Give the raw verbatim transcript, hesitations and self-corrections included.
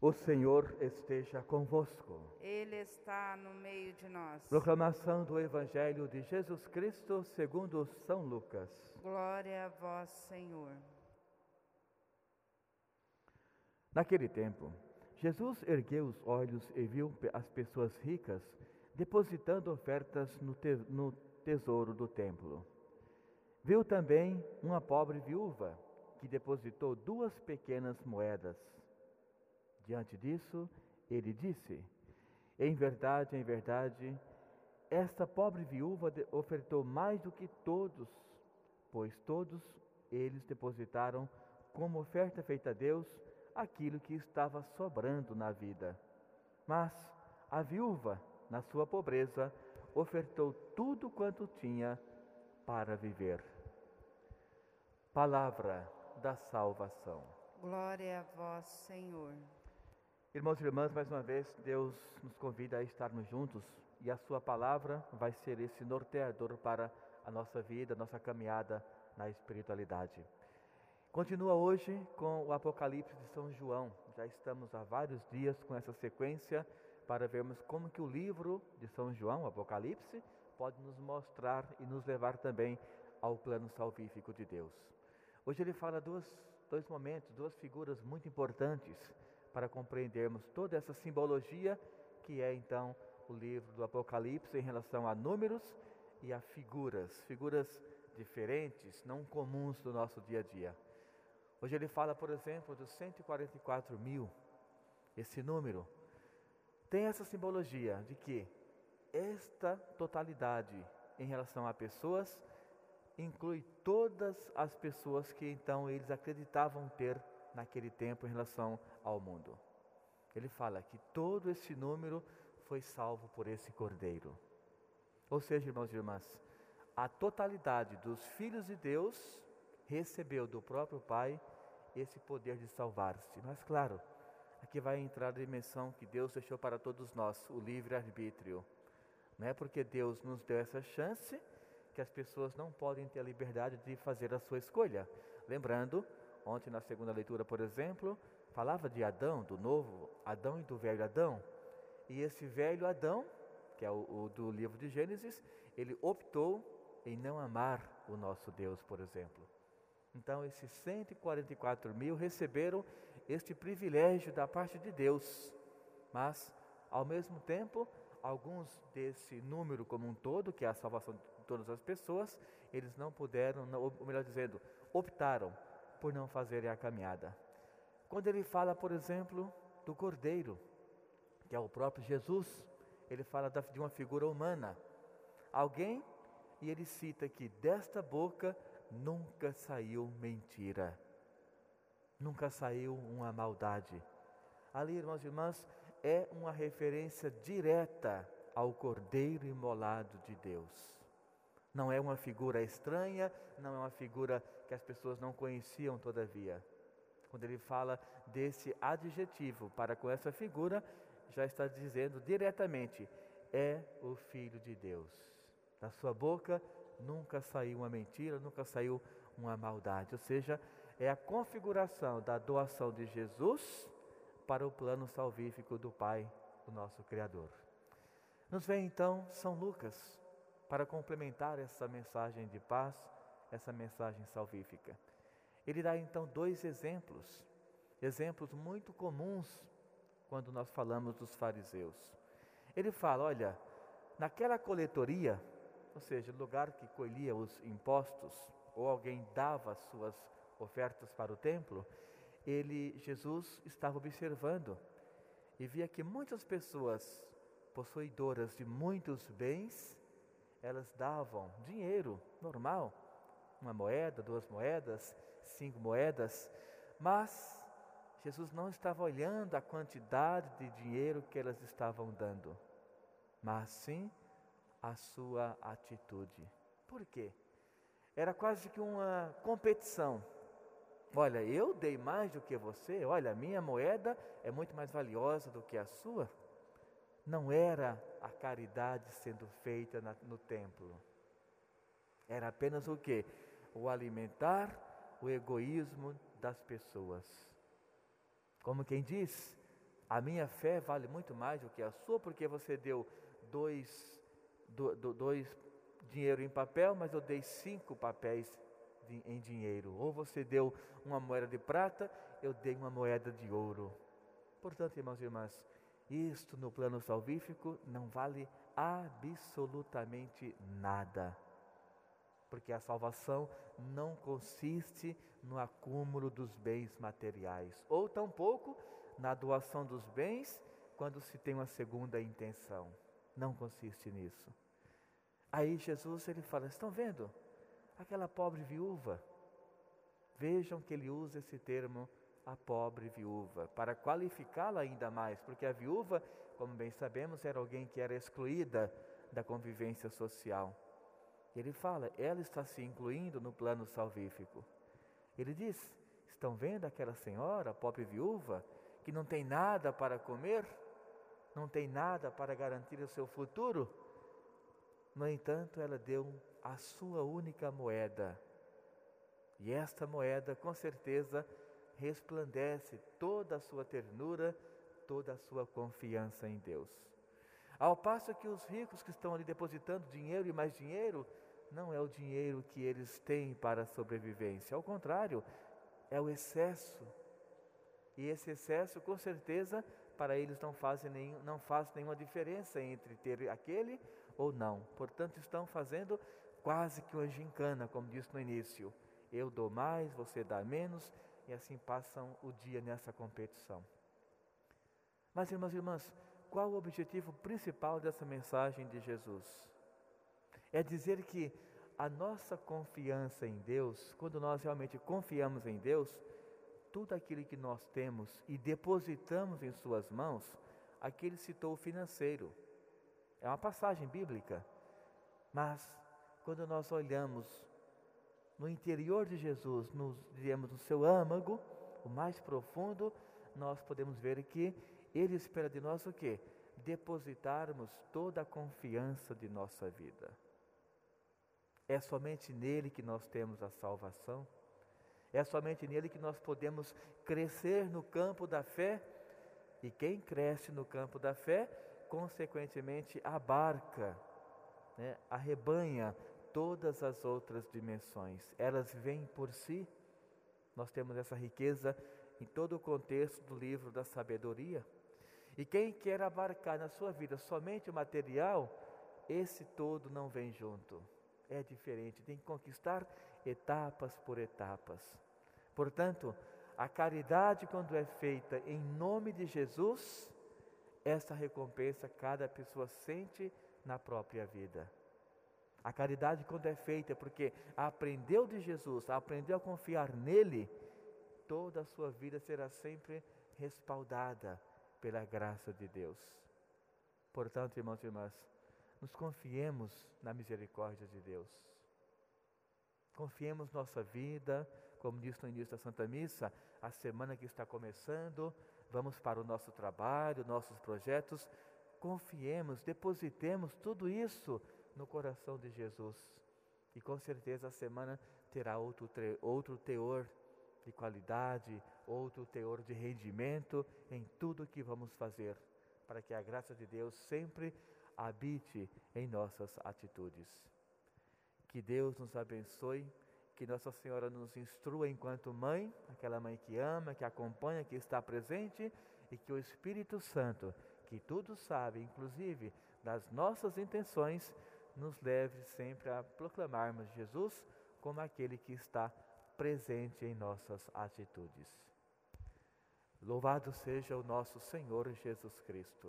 O Senhor esteja convosco. Ele está no meio de nós. Proclamação do Evangelho de Jesus Cristo segundo São Lucas. Glória a vós, Senhor. Naquele tempo, Jesus ergueu os olhos e viu as pessoas ricas depositando ofertas no, te no tesouro do templo. Viu também uma pobre viúva que depositou duas pequenas moedas. Diante disso, ele disse: Em verdade, em verdade, esta pobre viúva ofertou mais do que todos, pois todos eles depositaram como oferta feita a Deus aquilo que estava sobrando na vida. Mas a viúva, na sua pobreza, ofertou tudo quanto tinha para viver. Palavra da salvação. Glória a vós, Senhor. Irmãos e irmãs, mais uma vez, Deus nos convida a estarmos juntos e a sua palavra vai ser esse norteador para a nossa vida, a nossa caminhada na espiritualidade. Continua hoje com o Apocalipse de São João. Já estamos há vários dias com essa sequência para vermos como que o livro de São João, o Apocalipse, pode nos mostrar e nos levar também ao plano salvífico de Deus. Hoje ele fala dois, dois momentos, duas figuras muito importantes para compreendermos toda essa simbologia que é então o livro do Apocalipse em relação a números e a figuras, figuras diferentes, não comuns do nosso dia a dia. Hoje ele fala, por exemplo, dos cento e quarenta e quatro mil. Esse número tem essa simbologia de que esta totalidade em relação a pessoas inclui todas as pessoas que então eles acreditavam ter naquele tempo em relação ao mundo. Ele fala que todo esse número foi salvo por esse Cordeiro. Ou seja, irmãos e irmãs, a totalidade dos filhos de Deus recebeu do próprio Pai esse poder de salvar-se. Mas claro, aqui vai entrar a dimensão que Deus deixou para todos nós, o livre-arbítrio. Não é porque Deus nos deu essa chance que as pessoas não podem ter a liberdade de fazer a sua escolha. Lembrando, ontem na segunda leitura, por exemplo, falava de Adão, do novo Adão e do velho Adão. E esse velho Adão, que é o, o do livro de Gênesis, ele optou em não amar o nosso Deus, por exemplo. Então esses cento e quarenta e quatro mil receberam este privilégio da parte de Deus. Mas, ao mesmo tempo, alguns desse número como um todo, que é a salvação de todas as pessoas, eles não puderam, ou melhor dizendo, optaram por não fazerem a caminhada. Quando ele fala, por exemplo, do Cordeiro, que é o próprio Jesus, ele fala de uma figura humana. Alguém, e ele cita que desta boca nunca saiu mentira, nunca saiu uma maldade. Ali, irmãos e irmãs, é uma referência direta ao Cordeiro imolado de Deus. Não é uma figura estranha, não é uma figura que as pessoas não conheciam todavia. Quando ele fala desse adjetivo para com essa figura, já está dizendo diretamente, é o Filho de Deus. Da sua boca nunca saiu uma mentira, nunca saiu uma maldade. Ou seja, é a configuração da doação de Jesus para o plano salvífico do Pai, o nosso Criador. Nos vem então São Lucas para complementar essa mensagem de paz, essa mensagem salvífica. Ele dá então dois exemplos, exemplos muito comuns quando nós falamos dos fariseus. Ele fala, olha, naquela coletoria, ou seja, lugar que colhia os impostos, ou alguém dava suas ofertas para o templo, ele, Jesus, estava observando e via que muitas pessoas possuidoras de muitos bens, elas davam dinheiro normal, uma moeda, duas moedas, cinco moedas, mas Jesus não estava olhando a quantidade de dinheiro que elas estavam dando, mas sim a sua atitude. Por quê? Era quase que uma competição. Olha, eu dei mais do que você, olha, a minha moeda é muito mais valiosa do que a sua. Não era a caridade sendo feita na, no templo. Era apenas o quê? O alimentar o egoísmo das pessoas. Como quem diz, A minha fé vale muito mais do que a sua, porque você deu dois, do, do, dois dinheiro em papel, mas eu dei cinco papéis de, em dinheiro. Ou você deu uma moeda de prata, eu dei uma moeda de ouro. Portanto, irmãos e irmãs, isto no plano salvífico não vale absolutamente nada. Porque a salvação não consiste no acúmulo dos bens materiais, ou tampouco na doação dos bens quando se tem uma segunda intenção. Não consiste nisso. Aí Jesus ele fala, estão vendo? Aquela pobre viúva. Vejam que ele usa esse termo, a pobre viúva, para qualificá-la ainda mais, porque a viúva, como bem sabemos, era alguém que era excluída da convivência social. Ele fala, ela está se incluindo no plano salvífico. Ele diz, estão vendo aquela senhora, a pobre viúva, que não tem nada para comer, não tem nada para garantir o seu futuro? No entanto, ela deu a sua única moeda. E esta moeda, com certeza, resplandece toda a sua ternura, toda a sua confiança em Deus. Ao passo que os ricos que estão ali depositando dinheiro e mais dinheiro, não é o dinheiro que eles têm para a sobrevivência. Ao contrário, é o excesso. E esse excesso, com certeza, para eles não faz, nenhum, não faz nenhuma diferença entre ter aquele ou não. Portanto, estão fazendo quase que uma gincana, como disse no início. Eu dou mais, você dá menos, e assim passam o dia nessa competição. Mas, irmãos e irmãs, qual o objetivo principal dessa mensagem de Jesus? É dizer que a nossa confiança em Deus, quando nós realmente confiamos em Deus, tudo aquilo que nós temos e depositamos em suas mãos, aqui ele citou o financeiro. É uma passagem bíblica, mas quando nós olhamos no interior de Jesus, nos, diríamos no seu âmago, o mais profundo, nós podemos ver que ele espera de nós o quê? Depositarmos toda a confiança de nossa vida. É somente nele que nós temos a salvação. É somente nele que nós podemos crescer no campo da fé. E quem cresce no campo da fé, consequentemente abarca, né, arrebanha todas as outras dimensões. Elas vêm por si. Nós temos essa riqueza em todo o contexto do livro da sabedoria. E quem quer abarcar na sua vida somente o material, esse todo não vem junto. É diferente, tem que conquistar etapas por etapas. Portanto, a caridade, quando é feita em nome de Jesus, essa recompensa cada pessoa sente na própria vida. A caridade, quando é feita porque aprendeu de Jesus, aprendeu a confiar nele, toda a sua vida será sempre respaldada pela graça de Deus. Portanto, irmãos e irmãs, nos confiemos na misericórdia de Deus. Confiemos nossa vida, como disse no início da Santa Missa, a semana que está começando, vamos para o nosso trabalho, nossos projetos, confiemos, depositemos tudo isso no coração de Jesus. E com certeza a semana terá outro, outro teor de qualidade, outro teor de rendimento em tudo que vamos fazer, para que a graça de Deus sempre habite em nossas atitudes. Que Deus nos abençoe, que Nossa Senhora nos instrua enquanto mãe, aquela mãe que ama, que acompanha, que está presente, e que o Espírito Santo, que tudo sabe, inclusive das nossas intenções, nos leve sempre a proclamarmos Jesus como aquele que está presente em nossas atitudes. Louvado seja o nosso Senhor Jesus Cristo.